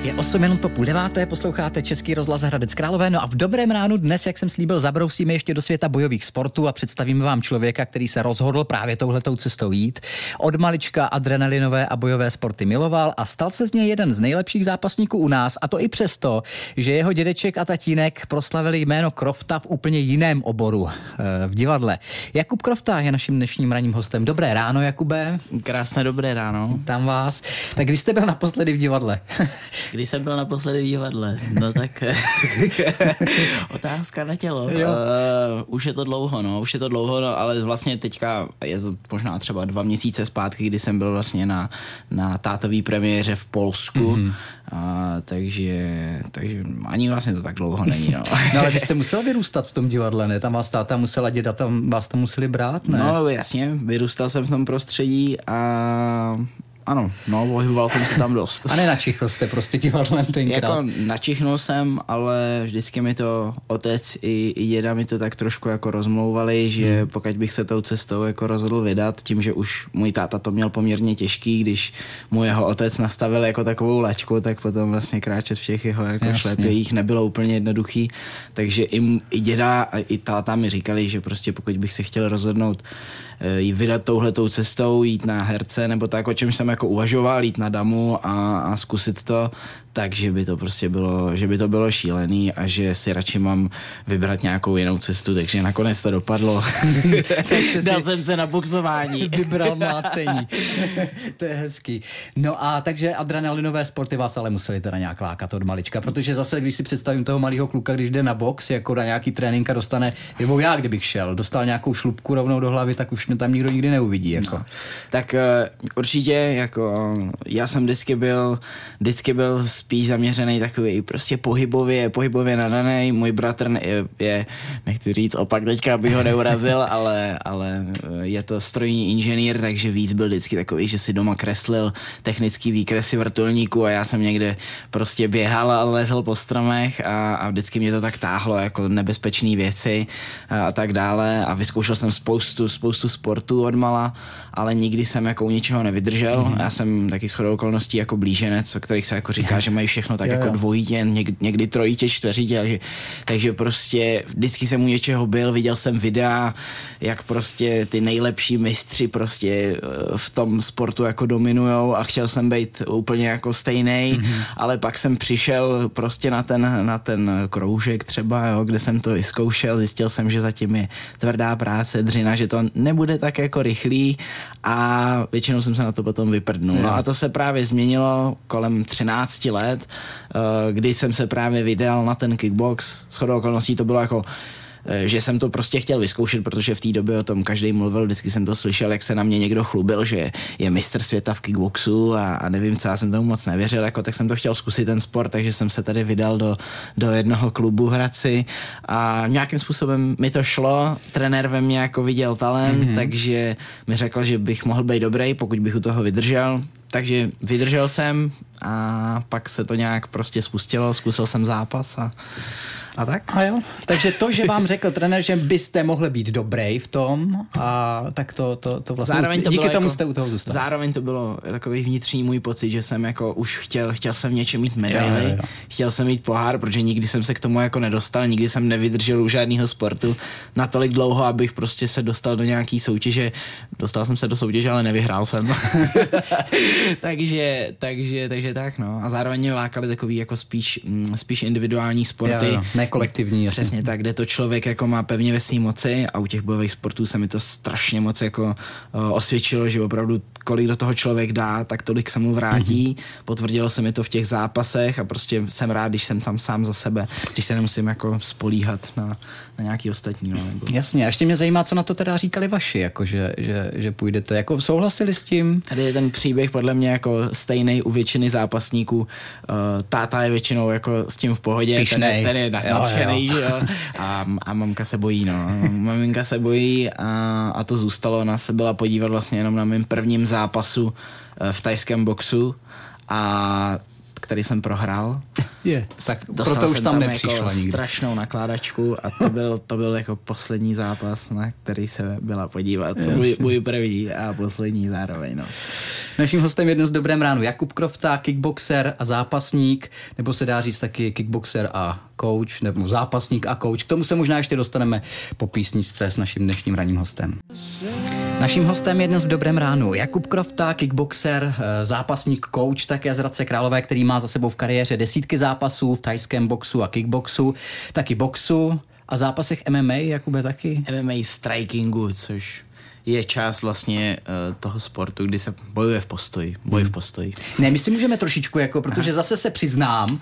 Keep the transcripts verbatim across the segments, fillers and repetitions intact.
Je osm minut po půl deváté, posloucháte Český rozhlas Hradec Králové. No a v dobrém ránu dnes, jak jsem slíbil, zabrousíme ještě do světa bojových sportů a představíme vám člověka, který se rozhodl právě touhletou cestou jít. Od malička adrenalinové a bojové sporty miloval a stal se z něj jeden z nejlepších zápasníků u nás, a to i přesto, že jeho dědeček a tatínek proslavili jméno Krofta v úplně jiném oboru, v divadle. Jakub Krofta je naším dnešním ranním hostem. Dobré ráno, Jakube. Krásné dobré ráno. Tam vás. Tak když jste byl naposledy v divadle? Když jsem byl naposledy v divadle? No tak otázka na tělo. Uh, už je to dlouho, no, už je to dlouho, no, ale vlastně teďka je to možná třeba dva měsíce zpátky, kdy jsem byl vlastně na, na tátový premiéře v Polsku, mm-hmm. a, takže, takže ani vlastně to tak dlouho není, no. No ale vy jste musel vyrůstat v tom divadle, ne? Tam vás táta musela, děda tam vás tam museli brát, ne? No jasně, vyrůstal jsem v tom prostředí a ano, no, pohyboval jsem se tam dost. A nenačichl jste prostě divadlem tenkrát? Jako načichnul jsem, ale vždycky mi to otec i, i děda mi to tak trošku jako rozmlouvali, že hmm. pokud bych se tou cestou jako rozhodl vydat, tím, že už můj táta to měl poměrně těžký, když mu jeho otec nastavil jako takovou laťku, tak potom vlastně kráčet v těch jeho jako šlépějích nebylo úplně jednoduchý. Takže i, i děda a i táta mi říkali, že prostě pokud bych se chtěl rozhodnout jí vydat touhletou cestou, jít na herce nebo tak, o čem jsem jako uvažoval, jít na damu a, a zkusit to, takže by to prostě bylo, že by to bylo šílený a že si radši mám vybrat nějakou jinou cestu, takže nakonec to dopadlo. Dal jsem se na boxování. Vybral mlácení. To je hezký. No a takže adrenalinové sporty vás ale museli teda nějak lákat od malička, protože zase, když si představím toho malého kluka, když jde na box, jako na nějaký trénink a dostane, nebo já kdybych šel, dostal nějakou šlupku rovnou do hlavy, tak už mě tam nikdo nikdy neuvidí. Jako. No. Tak uh, určitě, jako já jsem vždycky byl, vždycky byl spíš zaměřený takový prostě pohybově, pohybově nadaný. Můj bratr je, je, nechci říct opak teďka, abych ho neurazil, ale, ale je to strojní inženýr, takže víc byl vždycky takový, že si doma kreslil technický výkresy vrtulníků a já jsem někde prostě běhal a lezl po stromech a, a vždycky mě to tak táhlo, jako nebezpečné věci a, a tak dále a vyzkoušel jsem spoustu, spoustu sportů odmala, ale nikdy jsem jako u ničeho nevydržel. Mm-hmm. Já jsem taky shodou okolností jako blíženec, o kterých se jako říká, že mají všechno tak jo, jako jo. dvojitě, někdy, někdy trojitě, čtveřitě, takže, takže prostě vždycky jsem u něčeho byl, viděl jsem videa, jak prostě ty nejlepší mistři prostě v tom sportu jako dominujou a chtěl jsem být úplně jako stejnej, mm-hmm. ale pak jsem přišel prostě na ten, na ten kroužek třeba, jo, kde jsem to vyzkoušel, zjistil jsem, že zatím je tvrdá práce, dřina, že to nebude tak jako rychlý a většinou jsem se na to potom vyprdnul. No a to se právě změnilo kolem třinácti let, kdy jsem se právě vydal na ten kickbox. Shodou okolností to bylo jako, že jsem to prostě chtěl vyzkoušet, protože v té době o tom každý mluvil, vždycky jsem to slyšel, jak se na mě někdo chlubil, že je mistr světa v kickboxu a, a nevím co, já jsem tomu moc nevěřil, jako, tak jsem to chtěl zkusit ten sport, takže jsem se tady vydal do, do jednoho klubu v Hradci a nějakým způsobem mi to šlo, trenér ve mně jako viděl talent, mm-hmm. takže mi řekl, že bych mohl být dobrý, pokud bych u toho vydržel. Takže vydržel jsem a pak se to nějak prostě spustilo, zkusil jsem zápas a A tak? A jo. Takže to, že vám řekl trenér, že byste mohli být dobrý v tom, a tak to, to, to vlastně zároveň to díky tomu jako, jste u toho zůstali. Zároveň to bylo takový vnitřní můj pocit, že jsem jako už chtěl, chtěl jsem něčem mít medaili, jo, jo, jo. chtěl jsem mít pohár, protože nikdy jsem se k tomu jako nedostal, nikdy jsem nevydržel u žádného sportu natolik dlouho, abych prostě se dostal do nějaký soutěže. Dostal jsem se do soutěže, ale nevyhrál jsem. takže, takže, takže tak, no. A zároveň mě lákali takový jako spíš, spíš individuální sporty. Jo, jo. Ne kolektivní. Přesně tak, kde to člověk jako má pevně ve svý moci a u těch bojových sportů se mi to strašně moc jako uh, osvědčilo, že opravdu kolik do toho člověk dá, tak tolik se mu vrátí. Mm-hmm. Potvrdilo se mi to v těch zápasech a prostě jsem rád, když jsem tam sám za sebe, když se nemusím jako spolíhat na, na nějaký ostatní. No, nebo... Jasně, a ještě mě zajímá, co na to teda říkali vaši, jako že, že, že půjdete, jako souhlasili s tím? Tady je ten příběh podle mě jako stejný u většiny zápasníků. Uh, táta je většinou jako s tím v pohodě, Pišnej. ten, ten je nadšený, že jo. A, a mamka se bojí, no. Maminka se bojí a, a to zůstalo. Ona se byla podívat vlastně jenom na mým prvním zápasu v thajském boxu, a který jsem prohrál. Je, tak proto už tam, tam nepřišla jako nikdy. Strašnou nakládačku a to byl, to byl jako poslední zápas, na který se byla podívat. To byl můj první a poslední zároveň, no. Naším hostem je dnes v Dobrém ránu Jakub Krofta, kickboxer a zápasník, nebo se dá říct taky kickboxer a coach, nebo zápasník a coach. K tomu se možná ještě dostaneme po písničce s naším dnešním ranním hostem. Naším hostem je dnes v Dobrém ránu Jakub Krofta, kickboxer, zápasník, coach také z Hradce Králové, který má za sebou v kariéře desítky zápasů v thajském boxu a kickboxu, taky boxu a zápasech M M A, Jakube, taky? M M A strikingu, což je část vlastně uh, toho sportu, kdy se bojuje v postoji. Boj hmm. v postoji. Ne, my si můžeme trošičku, jako, protože Aha. zase se přiznám,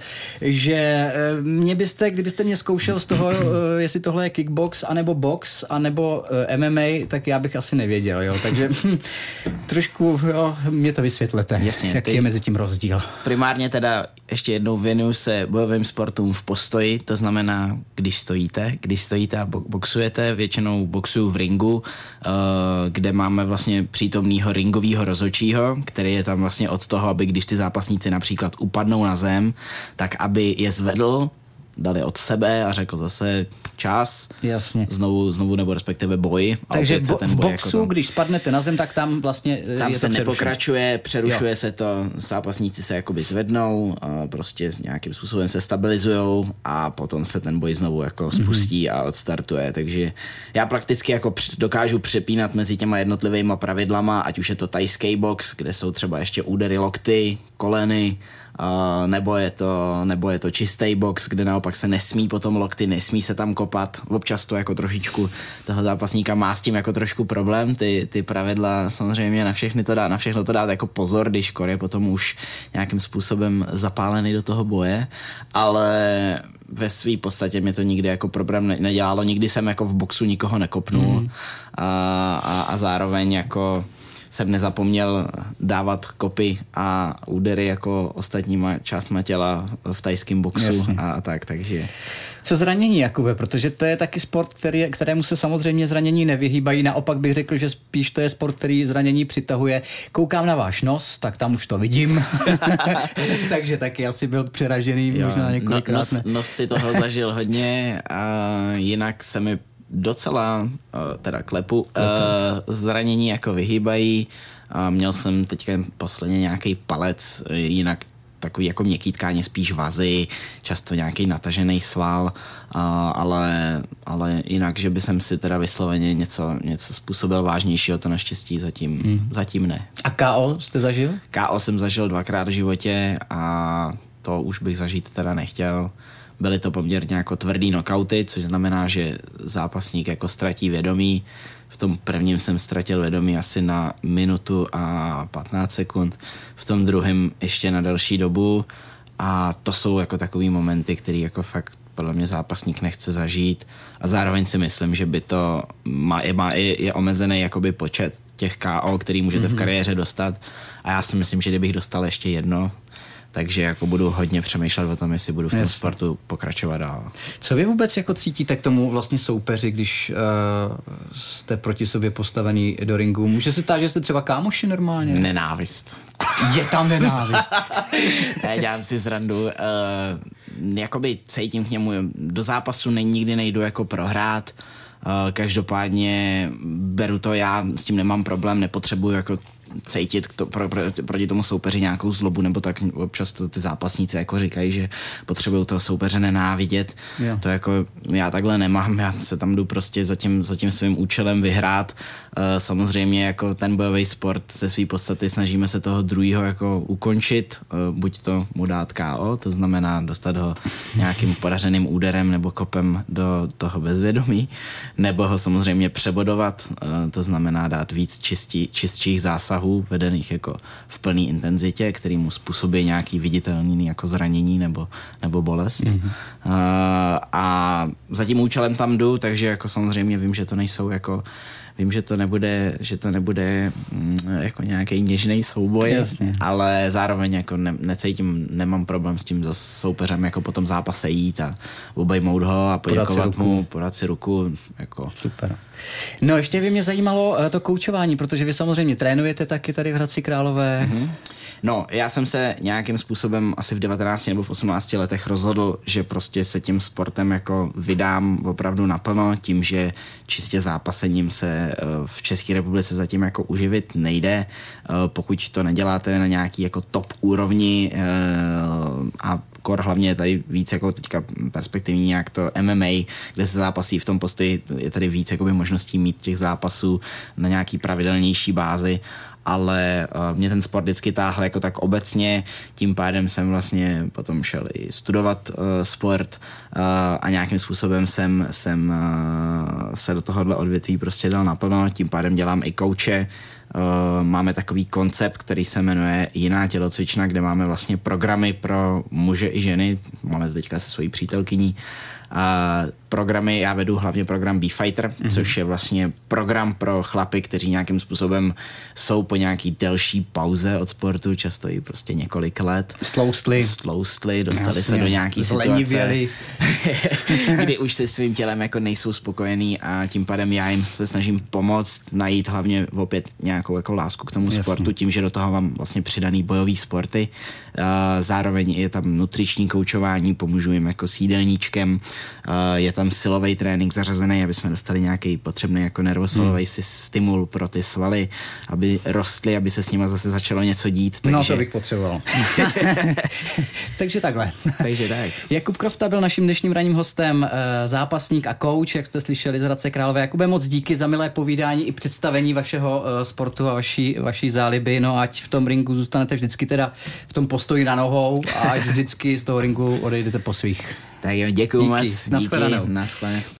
že uh, mě byste, kdybyste mě zkoušel z toho, uh, jestli tohle je kickbox, anebo box, anebo uh, M M A, tak já bych asi nevěděl, jo. Takže hm, trošku, jo, mě to vysvětlete, Jasně, jaký je mezi tím rozdíl. Primárně teda ještě jednou věnuju se bojovým sportům v postoji, to znamená, když stojíte, když stojíte a bo- boxujete, většinou boxuju v ringu, uh, kde máme vlastně přítomnýho ringovýho rozhodčího, který je tam vlastně od toho, aby když ty zápasníci například upadnou na zem, tak aby je zvedl, dali od sebe a řekl zase čas. Jasně. Znovu, znovu nebo respektive boj. A takže bo- ten v boxu, jako když spadnete na zem, tak tam vlastně tam je se to nepokračuje, přerušuje jo. se to, zápasníci se jakoby zvednou, a prostě nějakým způsobem se stabilizujou a potom se ten boj znovu jako spustí mm-hmm. a odstartuje, takže já prakticky jako dokážu přepínat mezi těma jednotlivýma pravidlama, ať už je to thajský box, kde jsou třeba ještě údery lokty, koleny, Uh, nebo, je to, nebo je to čistý box, kde naopak se nesmí potom lokty, nesmí se tam kopat. Občas to jako trošičku toho zápasníka má s tím jako trošku problém. Ty, ty pravidla samozřejmě na všechny to dá, na všechno to dát jako pozor, když kor je potom už nějakým způsobem zapálený do toho boje, ale ve své podstatě mě to nikdy jako problém nedělalo. Nikdy jsem jako v boxu nikoho nekopnul mm. a, a, a zároveň jako jsem nezapomněl dávat kopy a údery jako ostatníma částma těla v thajském boxu a, a tak, takže... Co zranění, Jakube? Protože to je taky sport, který, kterému se samozřejmě zranění nevyhýbají. Naopak bych řekl, že spíš to je sport, který zranění přitahuje. Koukám na váš nos, tak tam už to vidím. Takže taky asi byl přeražený jo, možná několikrát. Nos, nos si toho zažil hodně a jinak se mi docela, teda klepu, uh, zranění jako vyhýbají. Uh, měl jsem teďka posledně nějaký palec, jinak takový jako měkký tkáně, spíš vazy, často nějaký natažený sval, uh, ale, ale jinak, že by jsem si teda vysloveně něco, něco způsobil vážnějšího, to naštěstí zatím, mm. zatím ne. A K O jste zažil? K O jsem zažil dvakrát v životě a to už bych zažít teda nechtěl. Byly to poměrně jako tvrdý knockouty, což znamená, že zápasník jako ztratí vědomí. V tom prvním jsem ztratil vědomí asi na minutu a patnáct sekund, v tom druhém ještě na delší dobu a to jsou jako takový momenty, který jako fakt podle mě zápasník nechce zažít a zároveň si myslím, že by to má, má je, je omezený jakoby počet těch K O, který můžete mm-hmm. v kariéře dostat a já si myslím, že kdybych dostal ještě jedno, takže jako budu hodně přemýšlet o tom, jestli budu v tom Jasně. sportu pokračovat dál. Co vy vůbec jako cítíte k tomu vlastně soupeři, když uh, jste proti sobě postavený do ringu? Může se stát, že jste třeba kámoši normálně? Nenávist. Je tam nenávist. Ne, dělám si srandu. Uh, jakoby cítím k němu. Do zápasu ne, nikdy nejdu jako prohrát. Uh, každopádně beru to já, s tím nemám problém, nepotřebuju jako cítit to, pro, pro, proti tomu soupeři nějakou zlobu, nebo tak občas to ty zápasníci jako říkají, že potřebují toho soupeře nenávidět. Jo. To jako já takhle nemám, já se tam jdu prostě za tím, za tím svým účelem vyhrát. Uh, samozřejmě jako ten bojový sport ze své podstaty snažíme se toho druhého jako ukončit, uh, buď to mu dát K O, to znamená dostat ho nějakým podařeným úderem nebo kopem do toho bezvědomí, nebo ho samozřejmě přebodovat, uh, to znamená dát víc čistí, čistších zásahů vedených jako v plné intenzitě, který mu způsobí nějaký viditelný jako zranění nebo, nebo bolest. Mm-hmm. Uh, a za tím účelem tam jdu, takže jako samozřejmě vím, že to nejsou jako Vím, že to nebude, že to nebude mm, jako nějaký něžný souboj, Jasně. ale zároveň jako ne, necítím, nemám problém s tím za soupeřem jako po tom zápase jít a obejmout ho a poděkovat mu, podat si ruku. Jako. Super. No ještě by mě zajímalo to koučování, protože vy samozřejmě trénujete taky tady v Hradci Králové. Mm-hmm. No, já jsem se nějakým způsobem asi v devatenácti nebo v osmnácti letech rozhodl, že prostě se tím sportem jako vydám opravdu naplno, tím, že čistě zápasením se v České republice zatím jako uživit nejde. Pokud to neděláte na nějaký jako top úrovni a kor hlavně je tady víc jako teďka perspektivní nějak to M M A, kde se zápasí v tom postoji, je tady víc jakoby možností mít těch zápasů na nějaký pravidelnější bázi, ale uh, mě ten sport vždycky táhl jako tak obecně, tím pádem jsem vlastně potom šel i studovat uh, sport uh, a nějakým způsobem jsem, jsem uh, se do tohohle odvětví prostě dal naplno, tím pádem dělám i kouče. Uh, máme takový koncept, který se jmenuje Jiná tělocvična, kde máme vlastně programy pro muže i ženy, máme to teďka se svojí přítelkyní. Uh, programy, já vedu hlavně program B-Fighter, mm-hmm. což je vlastně program pro chlapy, kteří nějakým způsobem jsou po nějaký delší pauze od sportu, často i prostě několik let. Stloustli. Stloustli, dostali Jasně. se do nějaký Zlenivěli. situace, kdy už se svým tělem jako nejsou spokojení a tím pádem já jim se snažím pomoct, najít hlavně opět nějakou jako lásku k tomu Jasně. sportu, tím, že do toho mám vlastně přidaný bojový sporty. Uh, zároveň je tam nutriční koučování, pomůžu jim jako s jídelníčkem, uh, je tam silový trénink zařazený, aby jsme dostali nějaký potřebný jako nervosvalový hmm. stimul pro ty svaly, aby rostly, aby se s nima zase začalo něco dít. Takže... No to bych potřeboval. Takže takhle. Takže tak. Jakub Krofta byl naším dnešním ranním hostem, zápasník a coach, jak jste slyšeli z Hradce Králové. Jakube, moc díky za milé povídání i představení vašeho sportu a vaší, vaší záliby. No ať v tom ringu zůstanete vždycky teda v tom postoji na nohou a ať vždycky z toho ringu odejdete po svých. Tak jo, děkuju díky. moc. Díky. Naschledanou. Naschledanou.